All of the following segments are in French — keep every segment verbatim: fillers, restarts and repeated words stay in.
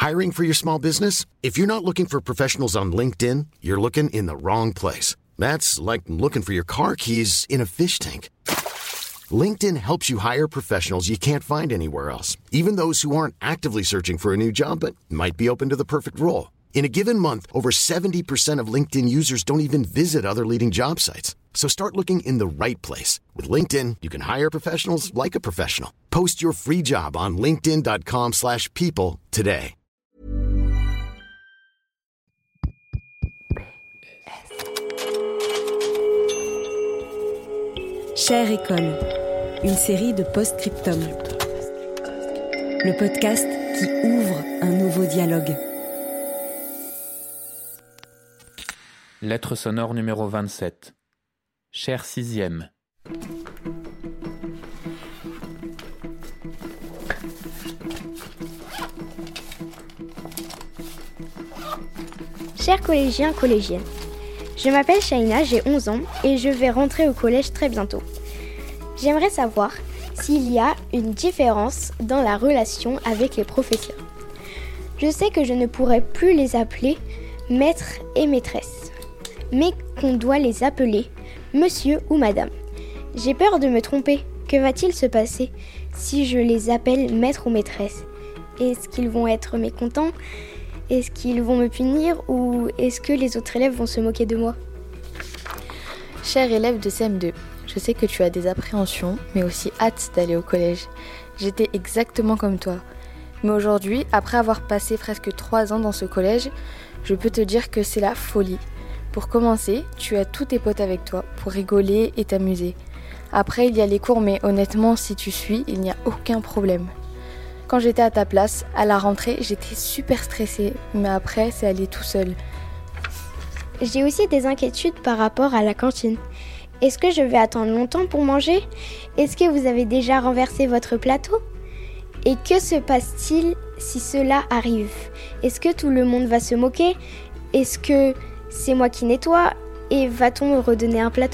Hiring for your small business? If you're not looking for professionals on LinkedIn, you're looking in the wrong place. That's like looking for your car keys in a fish tank. LinkedIn helps you hire professionals you can't find anywhere else, even those who aren't actively searching for a new job but might be open to the perfect role. In a given month, over seventy percent of LinkedIn users don't even visit other leading job sites. So start looking in the right place. With LinkedIn, you can hire professionals like a professional. Post your free job on linkedin.com slash people today. Chère École, une série de post-scriptum. Le podcast qui ouvre un nouveau dialogue. Lettre sonore numéro vingt-sept. Cher sixième. Chers collégiens, collégiennes, je m'appelle Shaina, j'ai onze ans et je vais rentrer au collège très bientôt. J'aimerais savoir s'il y a une différence dans la relation avec les professeurs. Je sais que je ne pourrai plus les appeler maître et maîtresse, mais qu'on doit les appeler monsieur ou madame. J'ai peur de me tromper. Que va-t-il se passer si je les appelle maître ou maîtresse ? Est-ce qu'ils vont être mécontents ? Est-ce qu'ils vont me punir ou est-ce que les autres élèves vont se moquer de moi ? Cher élève de C M deux, je sais que tu as des appréhensions, mais aussi hâte d'aller au collège. J'étais exactement comme toi. Mais aujourd'hui, après avoir passé presque trois ans dans ce collège, je peux te dire que c'est la folie. Pour commencer, tu as tous tes potes avec toi pour rigoler et t'amuser. Après, il y a les cours, mais honnêtement, si tu suis, il n'y a aucun problème. Quand j'étais à ta place, à la rentrée, j'étais super stressée, mais après, c'est allé tout seul. J'ai aussi des inquiétudes par rapport à la cantine. Est-ce que je vais attendre longtemps pour manger ? Est-ce que vous avez déjà renversé votre plateau ? Et que se passe-t-il si cela arrive ? Est-ce que tout le monde va se moquer ? Est-ce que c'est moi qui nettoie ? Et va-t-on me redonner un plateau ?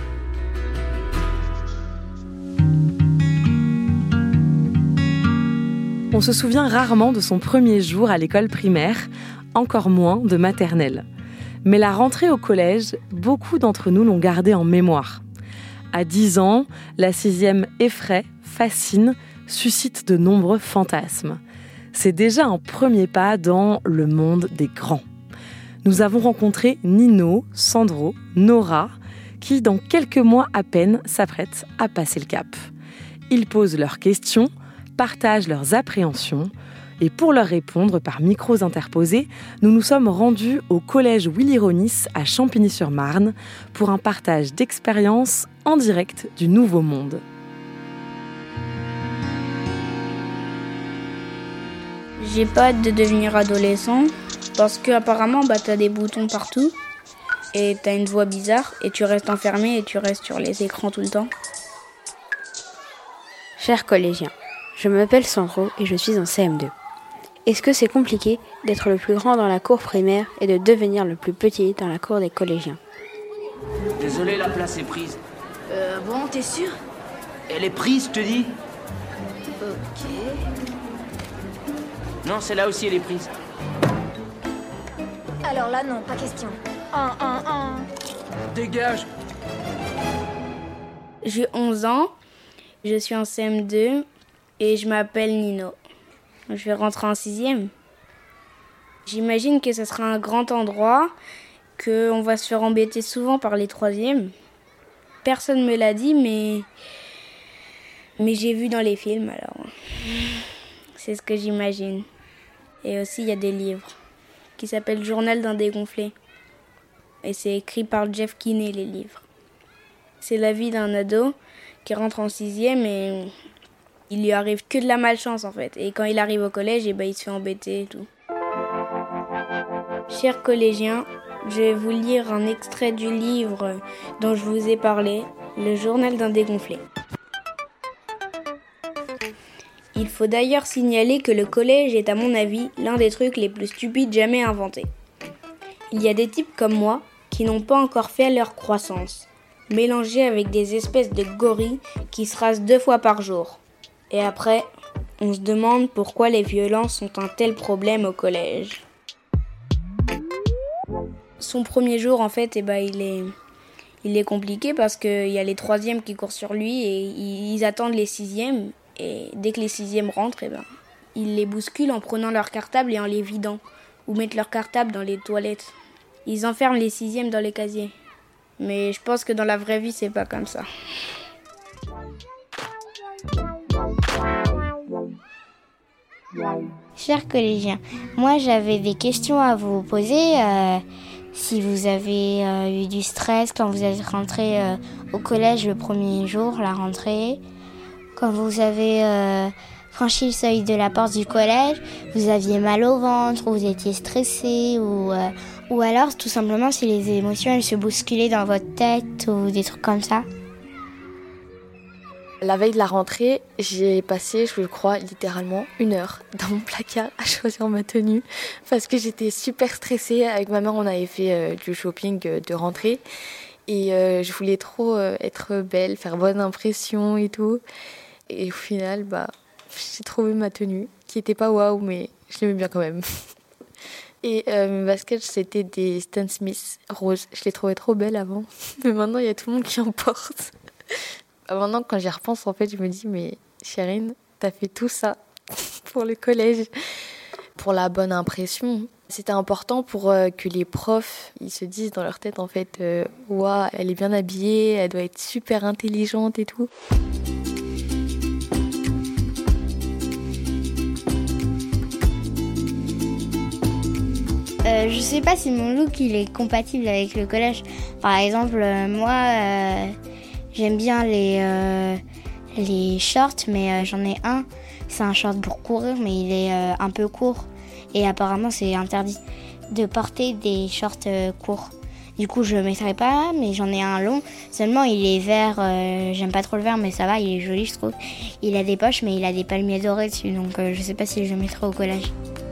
On se souvient rarement de son premier jour à l'école primaire, encore moins de maternelle. Mais la rentrée au collège, beaucoup d'entre nous l'ont gardée en mémoire. À dix ans, la sixième effraie, fascine, suscite de nombreux fantasmes. C'est déjà un premier pas dans le monde des grands. Nous avons rencontré Nino, Sandro, Nora, qui dans quelques mois à peine s'apprêtent à passer le cap. Ils posent leurs questions, partagent leurs appréhensions. Et pour leur répondre par micros interposés, nous nous sommes rendus au collège Willy-Ronis à Champigny-sur-Marne pour un partage d'expériences en direct du Nouveau Monde. J'ai pas hâte de devenir adolescent parce que apparemment bah, t'as des boutons partout et t'as une voix bizarre et tu restes enfermé et tu restes sur les écrans tout le temps. Chers collégiens, je m'appelle Sandro et je suis en C M deux. Est-ce que c'est compliqué d'être le plus grand dans la cour primaire et de devenir le plus petit dans la cour des collégiens ? Désolé, la place est prise. Euh, bon, t'es sûr ? Elle est prise, je te dis. Ok. Non, celle-là aussi, elle est prise. Alors là, non, pas question. Un, un, un. Dégage. J'ai onze ans, je suis en C M deux et je m'appelle Nino. Je vais rentrer en sixième. J'imagine que ce sera un grand endroit, qu'on va se faire embêter souvent par les troisièmes. Personne ne me l'a dit, mais... mais j'ai vu dans les films, alors... c'est ce que j'imagine. Et aussi, il y a des livres qui s'appellent « Journal d'un dégonflé ». Et c'est écrit par Jeff Kinney, les livres. C'est la vie d'un ado qui rentre en sixième et... il lui arrive que de la malchance en fait. Et quand il arrive au collège, et ben, il se fait embêter et tout. Chers collégiens, je vais vous lire un extrait du livre dont je vous ai parlé, Le journal d'un dégonflé. Il faut d'ailleurs signaler que le collège est à mon avis l'un des trucs les plus stupides jamais inventés. Il y a des types comme moi qui n'ont pas encore fait leur croissance, mélangés avec des espèces de gorilles qui se rasent deux fois par jour. Et après, On se demande pourquoi les violences sont un tel problème au collège. Son premier jour, en fait, eh ben, il est, il est compliqué parce qu'il y a les troisièmes qui courent sur lui et ils attendent les sixièmes. Et dès que les sixièmes rentrent, eh ben, ils les bousculent en prenant leur cartable et en les vidant. Ou mettent leur cartable dans les toilettes. Ils enferment les sixièmes dans les casiers. Mais je pense que dans la vraie vie, c'est pas comme ça. Chers collégiens, moi j'avais des questions à vous poser. Euh, si vous avez euh, eu du stress quand vous êtes rentré euh, au collège le premier jour, la rentrée, quand vous avez euh, franchi le seuil de la porte du collège, vous aviez mal au ventre, ou vous étiez stressé, ou, euh, ou alors tout simplement si les émotions elles se bousculaient dans votre tête ou des trucs comme ça. La veille de la rentrée, j'ai passé, je crois, littéralement une heure dans mon placard à choisir ma tenue parce que j'étais super stressée. Avec ma mère, on avait fait euh, du shopping euh, de rentrée et euh, je voulais trop euh, être belle, faire bonne impression et tout. Et au final, bah, j'ai trouvé ma tenue qui était pas waouh, mais je l'aimais bien quand même. Et euh, mes baskets, c'était des Stan Smith roses. Je les trouvais trop belles avant, mais maintenant, il y a tout le monde qui en porte. Maintenant, quand j'y repense, en fait, je me dis, mais Chérine, t'as fait tout ça pour le collège, pour la bonne impression. C'était important pour euh, que les profs, ils se disent dans leur tête, en fait, euh, ouah, elle est bien habillée, elle doit être super intelligente et tout. Euh, je sais pas si mon look il est compatible avec le collège. Par exemple, euh, moi, euh, j'aime bien les, euh, les shorts, mais euh, j'en ai un. C'est un short pour courir, mais il est euh, un peu court. Et apparemment, c'est interdit de porter des shorts euh, courts. Du coup, je le mettrai pas, mais j'en ai un long. Seulement, il est vert. Euh, j'aime pas trop le vert, mais ça va, il est joli, je trouve. Il a des poches, mais il a des palmiers dorés dessus. Donc, euh, je sais pas si je le mettrai au collège.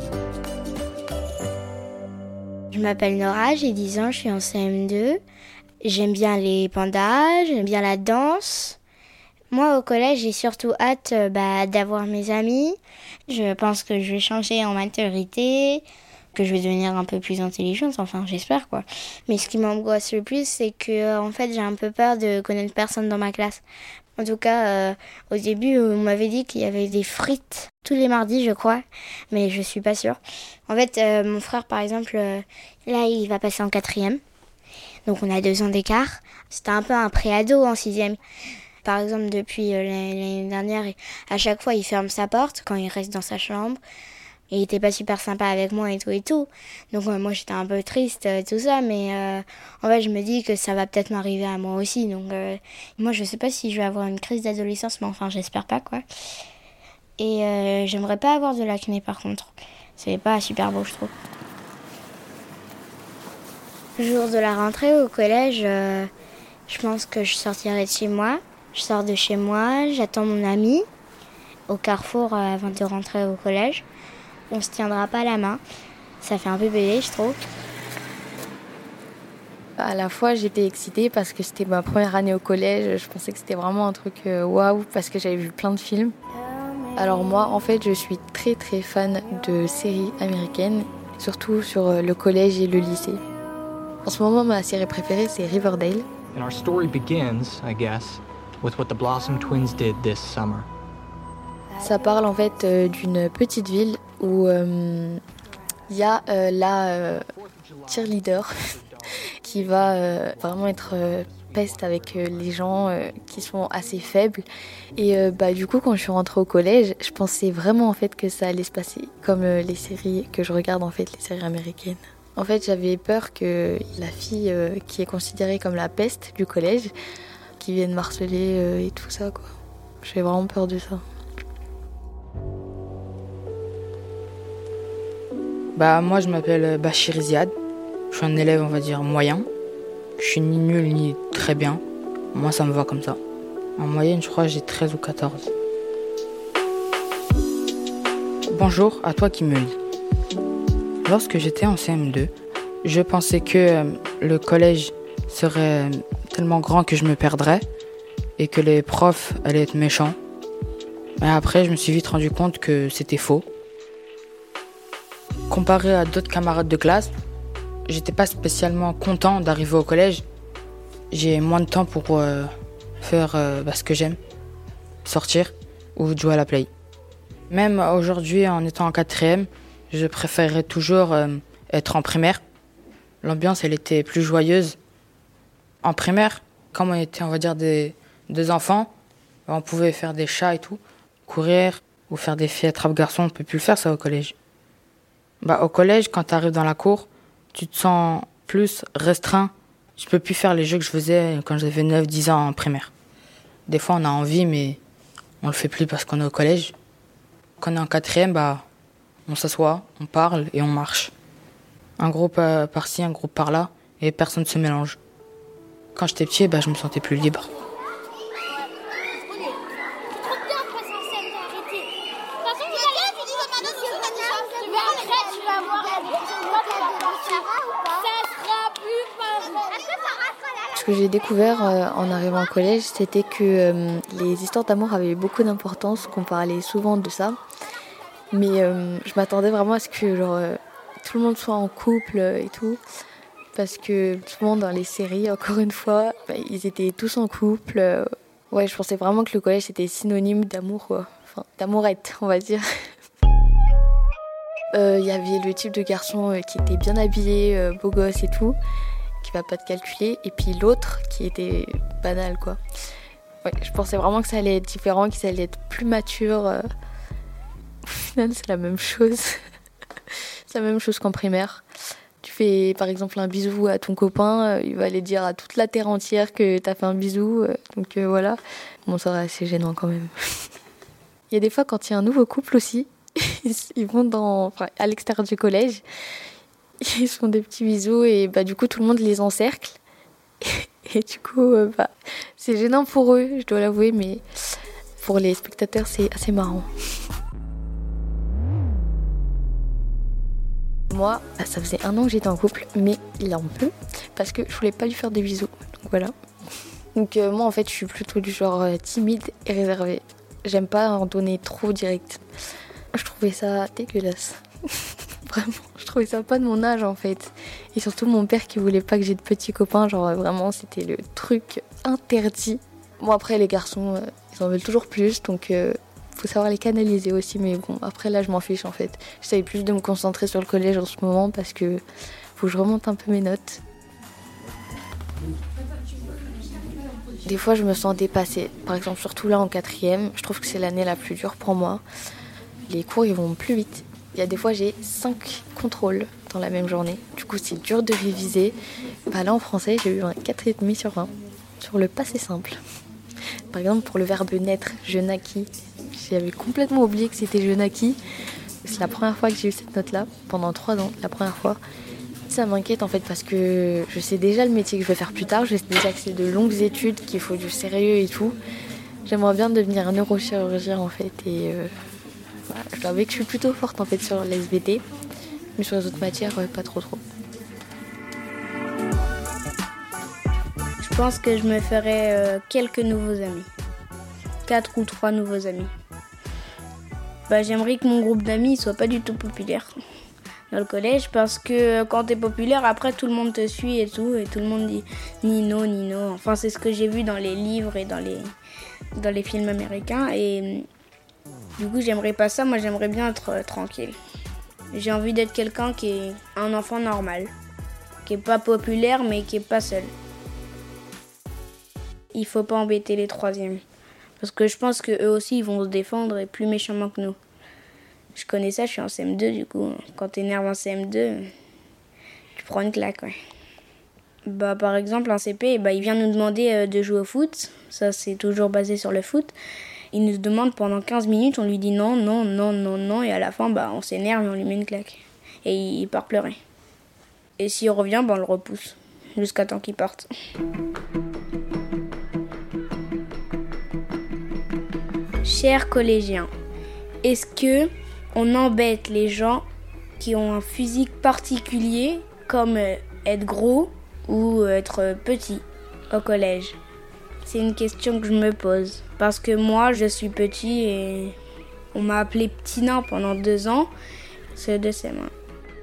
Je m'appelle Nora, j'ai dix ans, je suis en C M deux. J'aime bien les pandas, j'aime bien la danse. Moi, au collège, j'ai surtout hâte bah, d'avoir mes amis. Je pense que je vais changer en maturité, que je vais devenir un peu plus intelligente, enfin, j'espère, quoi. Mais ce qui m'angoisse le plus, c'est que, en fait, j'ai un peu peur de connaître personne dans ma classe. En tout cas, euh, au début, on m'avait dit qu'il y avait des frites tous les mardis, je crois, mais je suis pas sûre. En fait, euh, mon frère, par exemple, euh, là, il va passer en quatrième. Donc, on a deux ans d'écart. C'était un peu un pré-ado en sixième. Par exemple, depuis euh, l'année dernière, à chaque fois, il ferme sa porte quand il reste dans sa chambre. Et il était pas super sympa avec moi et tout et tout. Donc euh, moi j'étais un peu triste, euh, tout ça, mais euh, en fait je me dis que ça va peut-être m'arriver à moi aussi. Donc euh, moi je sais pas si je vais avoir une crise d'adolescence, mais enfin j'espère pas, quoi. Et euh, j'aimerais pas avoir de l'acné par contre. C'est pas super beau, je trouve. Le jour de la rentrée au collège, euh, je pense que je sortirai de chez moi. Je sors de chez moi, j'attends mon ami au carrefour euh, avant de rentrer au collège. On se tiendra pas la main. Ça fait un peu bébé, je trouve. À la fois, j'étais excitée parce que c'était ma première année au collège. Je pensais que c'était vraiment un truc euh, waouh, parce que j'avais vu plein de films. Alors moi, en fait, je suis très très fan de séries américaines, surtout sur euh, le collège et le lycée. En ce moment, ma série préférée, c'est Riverdale. And our story begins, I guess, with what the Blossom Twins did this summer. Ça parle en fait euh, d'une petite ville où il euh, y a euh, la euh, cheerleader qui va euh, vraiment être euh, peste avec euh, les gens euh, qui sont assez faibles. Et euh, bah, du coup, quand je suis rentrée au collège, je pensais vraiment en fait que ça allait se passer comme euh, les séries que je regarde, en fait, les séries américaines. En fait, j'avais peur que la fille euh, qui est considérée comme la peste du collège, qui vienne m'harceler euh, et tout ça, quoi. J'avais vraiment peur de ça. Bah moi je m'appelle Bachir Ziad, je suis un élève on va dire moyen, je suis ni nul ni très bien, moi ça me va comme ça. En moyenne je crois j'ai treize ou quatorze. Bonjour à toi qui me lis. Lorsque j'étais en C M deux, je pensais que euh, le collège serait tellement grand que je me perdrais et que les profs allaient être méchants. Mais après, je me suis vite rendu compte que c'était faux. Comparé à d'autres camarades de classe, j'étais pas spécialement content d'arriver au collège. J'ai moins de temps pour euh, faire euh, bah, ce que j'aime, sortir ou jouer à la play. Même aujourd'hui, en étant en quatrième, je préférerais toujours euh, être en primaire. L'ambiance, elle était plus joyeuse. En primaire, comme on était, on va dire, des, des enfants, on pouvait faire des chats et tout, courir ou faire des filles attrape-garçons, on peut plus le faire ça au collège. Bah, au collège, quand tu arrives dans la cour, tu te sens plus restreint. Je peux plus faire les jeux que je faisais quand j'avais neuf dix ans en primaire. Des fois, on a envie, mais on le fait plus parce qu'on est au collège. Quand on est en quatrième, bah, on s'assoit, on parle et on marche. Un groupe euh, par-ci, un groupe par-là, et personne ne se mélange. Quand j'étais petit, bah, je me sentais plus libre. Ce que j'ai découvert euh, en arrivant au collège, c'était que euh, les histoires d'amour avaient beaucoup d'importance, qu'on parlait souvent de ça. Mais euh, je m'attendais vraiment à ce que genre, euh, tout le monde soit en couple euh, et tout. Parce que souvent dans les séries, encore une fois, bah, ils étaient tous en couple. Euh, ouais, je pensais vraiment que le collège c'était synonyme d'amour, quoi. Enfin, d'amourette, on va dire. Il euh, y avait le type de garçon euh, qui était bien habillé, euh, beau gosse et tout, qui va pas te calculer, et puis l'autre qui était banal, quoi. Ouais, je pensais vraiment que ça allait être différent, que ça allait être plus mature. Euh... Au final, c'est la même chose. C'est la même chose qu'en primaire. Tu fais par exemple un bisou à ton copain, euh, il va aller dire à toute la terre entière que t'as fait un bisou, euh, donc euh, voilà. Bon, ça c'est assez gênant quand même. Il y a des fois quand il y a un nouveau couple aussi, ils vont dans, enfin, à l'extérieur du collège, ils font des petits bisous et bah, du coup tout le monde les encercle. Et du coup, euh, bah, c'est gênant pour eux, je dois l'avouer, mais pour les spectateurs, c'est assez marrant. Moi, bah, ça faisait un an que j'étais en couple, mais il en peut, parce que je voulais pas lui faire des bisous. Donc voilà. Donc euh, moi, en fait, je suis plutôt du genre euh, timide et réservée. J'aime pas en donner trop direct. Je trouvais ça dégueulasse. Vraiment, je trouvais ça pas de mon âge en fait. Et surtout mon père qui voulait pas que j'ai de petits copains, genre vraiment c'était le truc interdit. Bon après les garçons, euh, ils en veulent toujours plus, donc euh, faut savoir les canaliser aussi. Mais bon après là je m'en fiche en fait. J'essaye plus de me concentrer sur le collège en ce moment parce que faut que je remonte un peu mes notes. Des fois je me sens dépassée. Par exemple surtout là en quatrième, je trouve que c'est l'année la plus dure pour moi. Les cours ils vont plus vite. Il y a des fois, j'ai cinq contrôles dans la même journée. Du coup, c'est dur de réviser. Bah là, en français, j'ai eu un quatre virgule cinq sur vingt sur le passé simple. Par exemple, pour le verbe naître, je naquis. J'avais complètement oublié que c'était je naquis. C'est la première fois que j'ai eu cette note-là, pendant trois ans, la première fois. Ça m'inquiète en fait parce que je sais déjà le métier que je vais faire plus tard. Je sais déjà que c'est de longues études, qu'il faut du sérieux et tout. J'aimerais bien devenir un neurochirurgien en fait et... Euh Voilà, je dois avouer que je suis plutôt forte en fait sur l'S V T, mais sur les autres matières, ouais, pas trop trop. Je pense que je me ferais euh, quelques nouveaux amis. Quatre ou trois nouveaux amis. Bah, j'aimerais que mon groupe d'amis soit pas du tout populaire dans le collège, parce que quand t'es populaire, après tout le monde te suit et tout, et tout le monde dit Nino, Nino. Enfin, c'est ce que j'ai vu dans les livres et dans les, dans les films américains, et... Du coup, j'aimerais pas ça, moi j'aimerais bien être euh, tranquille. J'ai envie d'être quelqu'un qui est un enfant normal, qui est pas populaire mais qui est pas seul. Il faut pas embêter les troisièmes, parce que je pense qu'eux aussi ils vont se défendre et plus méchamment que nous. Je connais ça, je suis en C M deux du coup. Quand t'énerves en C M deux, tu prends une claque, ouais. Bah, par exemple, en C P, bah, il vient nous demander euh, de jouer au foot. Ça, c'est toujours basé sur le foot. Il nous demande pendant quinze minutes, on lui dit non, non, non, non, non, et à la fin, bah, on s'énerve et on lui met une claque. Et il part pleurer. Et s'il revient, bah, on le repousse, jusqu'à temps qu'il parte. Chers collégiens, est-ce que on embête les gens qui ont un physique particulier, comme être gros ou être petit au collège ? C'est une question que je me pose. Parce que moi, je suis petit et on m'a appelé petit nain pendant deux ans. C'est de ses mains.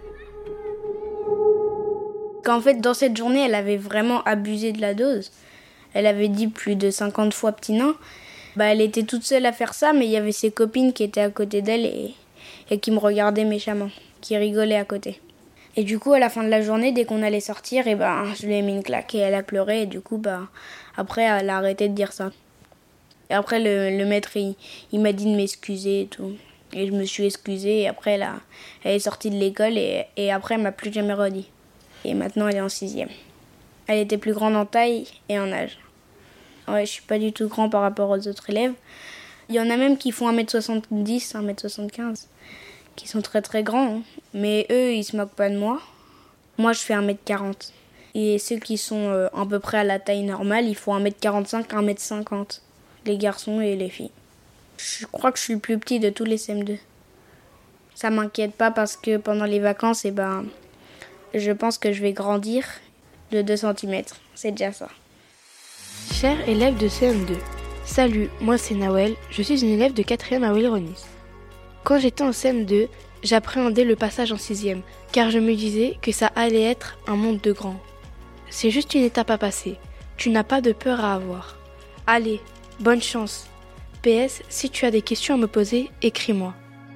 Qu'en fait, dans cette journée, elle avait vraiment abusé de la dose. Elle avait dit plus de cinquante fois petit nain. Bah, elle était toute seule à faire ça, mais il y avait ses copines qui étaient à côté d'elle et, et qui me regardaient méchamment, qui rigolaient à côté. Et du coup, à la fin de la journée, dès qu'on allait sortir, et ben, je lui ai mis une claque et elle a pleuré. Et du coup, bah, après, elle a arrêté de dire ça. Et après, le, le maître, il, il m'a dit de m'excuser et tout. Et je me suis excusée. Et après, elle, a, elle est sortie de l'école et, et après, elle m'a plus jamais redit. Et maintenant, elle est en sixième. Elle était plus grande en taille et en âge. Ouais, je suis pas du tout grand par rapport aux autres élèves. Il y en a même qui font un mètre soixante-dix, un mètre soixante-quinze, qui sont très très grands. Hein. Mais eux, ils se moquent pas de moi. Moi, je fais un mètre quarante. Et ceux qui sont euh, à peu près à la taille normale, ils font un mètre quarante-cinq, un mètre cinquante. Les garçons et les filles. Je crois que je suis le plus petit de tous les C M deux. Ça m'inquiète pas parce que pendant les vacances, eh ben, je pense que je vais grandir de deux centimètres. C'est déjà ça. Chers élèves de C M deux, salut, moi c'est Nawel, je suis une élève de quatrième à Wallis-Ronis. Quand j'étais en C M deux, j'appréhendais le passage en sixième, car je me disais que ça allait être un monde de grands. C'est juste une étape à passer, tu n'as pas de peur à avoir. Allez, bonne chance. P S, si tu as des questions à me poser, écris-moi.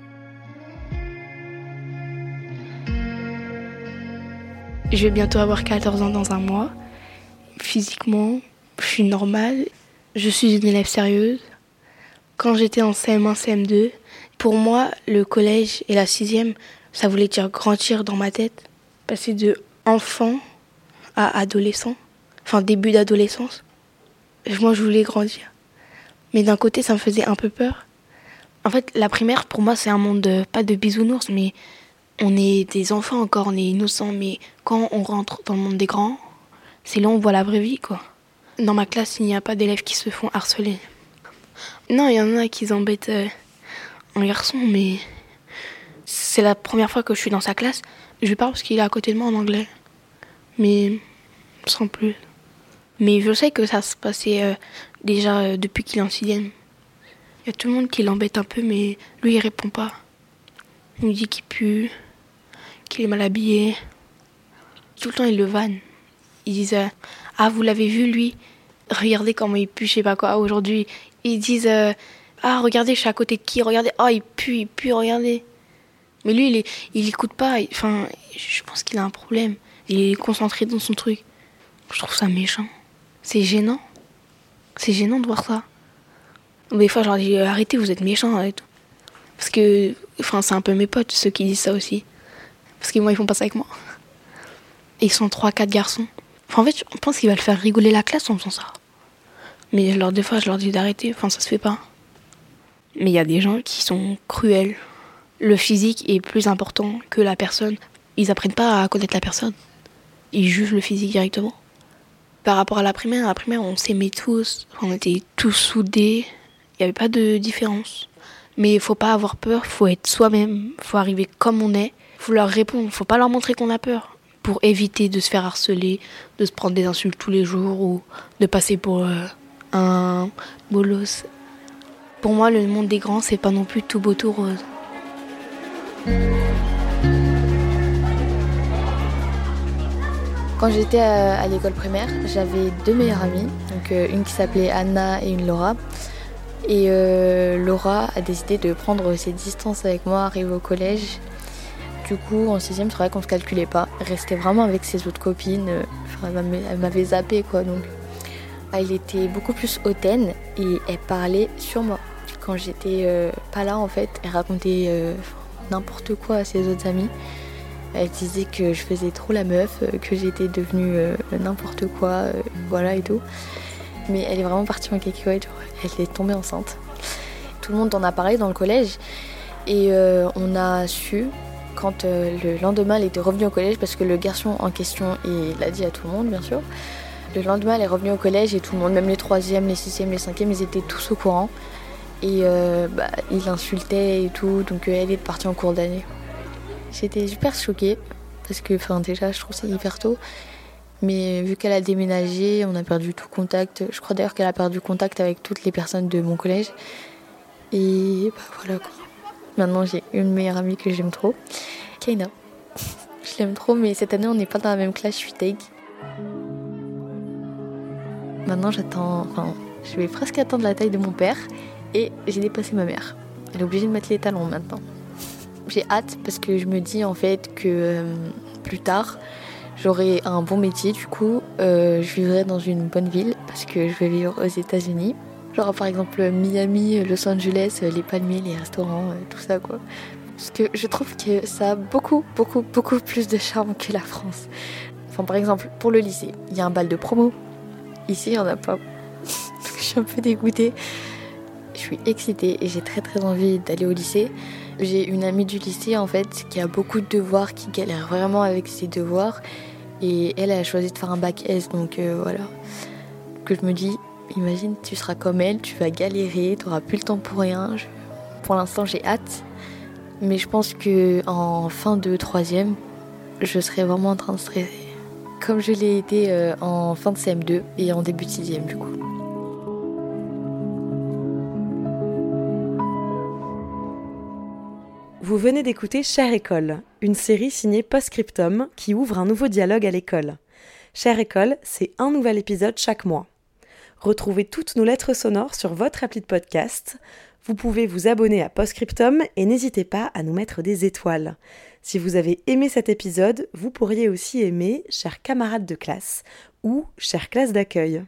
Je vais bientôt avoir quatorze ans dans un mois. Physiquement, je suis normale. Je suis une élève sérieuse. Quand j'étais en C M un, C M deux, pour moi, le collège et la sixième, ça voulait dire grandir dans ma tête. Passer de enfant à adolescent, enfin début d'adolescence. Moi, je voulais grandir. Mais d'un côté, ça me faisait un peu peur. En fait, la primaire, pour moi, c'est un monde, de, pas de bisounours, mais on est des enfants encore, on est innocents. Mais quand on rentre dans le monde des grands, c'est là où on voit la vraie vie, quoi. Dans ma classe, il n'y a pas d'élèves qui se font harceler. Non, il y en a qui embêtent euh, un garçon, mais c'est la première fois que je suis dans sa classe. Je lui parle parce qu'il est à côté de moi en anglais. Mais sans plus. Mais je sais que ça se passait euh, déjà euh, depuis qu'il est en sixième. Il y a tout le monde qui l'embête un peu, mais lui, il répond pas. Il me dit qu'il pue, qu'il est mal habillé. Tout le temps, il le vanne. Ils disent euh, « Ah, vous l'avez vu, lui ? Regardez comment il pue, je sais pas quoi. Aujourd'hui, ils disent euh, « Ah, regardez, je suis à côté de qui ? Regardez, oh, il pue, il pue, regardez. » Mais lui, il, est, il écoute pas. Enfin, je pense qu'il a un problème. Il est concentré dans son truc. Je trouve ça méchant. C'est gênant. C'est gênant de voir ça. Des fois, je leur dis « Arrêtez, vous êtes méchants. » et tout. Parce que, enfin, c'est un peu mes potes, ceux qui disent ça aussi. Parce que moi, ils font pas ça avec moi. Et ils sont trois, quatre garçons. Enfin, en fait, je pense qu'ils veulent faire rigoler la classe en faisant ça. Mais alors, des fois, je leur dis d'arrêter. Enfin, ça se fait pas. Mais il y a des gens qui sont cruels. Le physique est plus important que la personne. Ils apprennent pas à connaître la personne. Ils jugent le physique directement. Par rapport à la primaire, à la primaire, on s'aimait tous. On était tous soudés. Il n'y avait pas de différence. Mais il faut pas avoir peur. Il faut être soi-même. Il faut arriver comme on est. Il faut leur répondre. Il faut pas leur montrer qu'on a peur. Pour éviter de se faire harceler, de se prendre des insultes tous les jours ou de passer pour euh, un bolos. Pour moi, le monde des grands, c'est pas non plus tout beau, tout rose. Quand j'étais à, à l'école primaire, j'avais deux meilleures amies, donc euh, une qui s'appelait Anna et une Laura. Et euh, Laura a décidé de prendre ses distances avec moi, arrivée au collège. Du coup, en sixième, c'est vrai qu'on se calculait pas. Elle restait vraiment avec ses autres copines. Enfin, elle m'avait zappé, quoi. Donc, elle était beaucoup plus hautaine et elle parlait sur moi. Quand j'étais euh, pas là, en fait, elle racontait euh, n'importe quoi à ses autres amis. Elle disait que je faisais trop la meuf, que j'étais devenue euh, n'importe quoi, euh, voilà et tout. Mais elle est vraiment partie en cacahuète, elle est tombée enceinte. Tout le monde en a parlé dans le collège et euh, on a su quand euh, le lendemain elle était revenue au collège, parce que le garçon en question, il l'a dit à tout le monde bien sûr. Le lendemain elle est revenue au collège et tout le monde, même les troisièmes, les sixièmes, les cinquièmes, ils étaient tous au courant. Et euh, bah, il l'insultait et tout, donc euh, elle est partie en cours d'année. J'étais super choquée, parce que enfin, déjà je trouve ça hyper tôt. Mais vu qu'elle a déménagé, on a perdu tout contact. Je crois d'ailleurs qu'elle a perdu contact avec toutes les personnes de mon collège. Et bah voilà quoi. Maintenant j'ai une meilleure amie que j'aime trop, Kaina. Je l'aime trop, mais cette année on n'est pas dans la même classe, je suis deg. Maintenant j'attends, enfin je vais presque atteindre la taille de mon père et j'ai dépassé ma mère. Elle est obligée de mettre les talons maintenant. J'ai hâte parce que je me dis en fait que euh, plus tard j'aurai un bon métier du coup, euh, je vivrai dans une bonne ville parce que je vais vivre aux États-Unis. Genre par exemple Miami, Los Angeles, les palmiers, les restaurants, tout ça quoi. Parce que je trouve que ça a beaucoup, beaucoup, beaucoup plus de charme que la France. Enfin par exemple pour le lycée, il y a un bal de promo. Ici il n'y en a pas. Je suis un peu dégoûtée. Je suis excitée et j'ai très très envie d'aller au lycée. J'ai une amie du lycée en fait qui a beaucoup de devoirs, qui galère vraiment avec ses devoirs. Et elle, elle a choisi de faire un bac S, donc euh, voilà. Que je me dis... Imagine, tu seras comme elle, tu vas galérer, tu n'auras plus le temps pour rien. Je... Pour l'instant, j'ai hâte. Mais je pense qu'en fin de troisième, je serai vraiment en train de stresser. Comme je l'ai été euh, en fin de C M deux et en début de sixième du coup. Vous venez d'écouter Chère École, une série signée Postscriptum qui ouvre un nouveau dialogue à l'école. Chère École, c'est un nouvel épisode chaque mois. Retrouvez toutes nos lettres sonores sur votre appli de podcast. Vous pouvez vous abonner à Postscriptum et n'hésitez pas à nous mettre des étoiles. Si vous avez aimé cet épisode, vous pourriez aussi aimer Chers camarades de classe ou Chère classe d'accueil.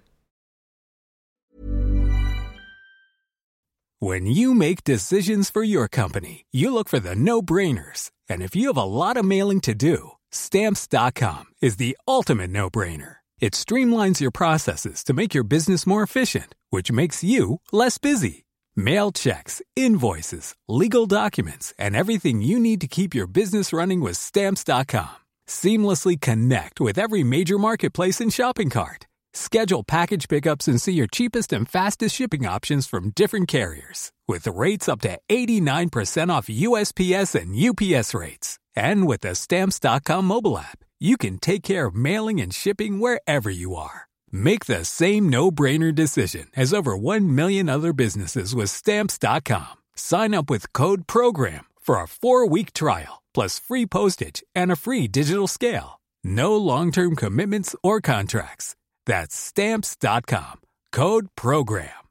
When you make decisions for your company, you look for the no-brainers. And if you have a lot of mailing to do, Stamps dot com is the ultimate no-brainer. It streamlines your processes to make your business more efficient, which makes you less busy. Mail checks, invoices, legal documents, and everything you need to keep your business running with Stamps dot com. Seamlessly connect with every major marketplace and shopping cart. Schedule package pickups and see your cheapest and fastest shipping options from different carriers, with rates up to eighty-nine percent off U S P S and U P S rates. And with the Stamps dot com mobile app, you can take care of mailing and shipping wherever you are. Make the same no-brainer decision as over one million other businesses with Stamps dot com. Sign up with code PROGRAM for a four-week trial, plus free postage and a free digital scale. No long-term commitments or contracts. That's Stamps dot com. Code PROGRAM.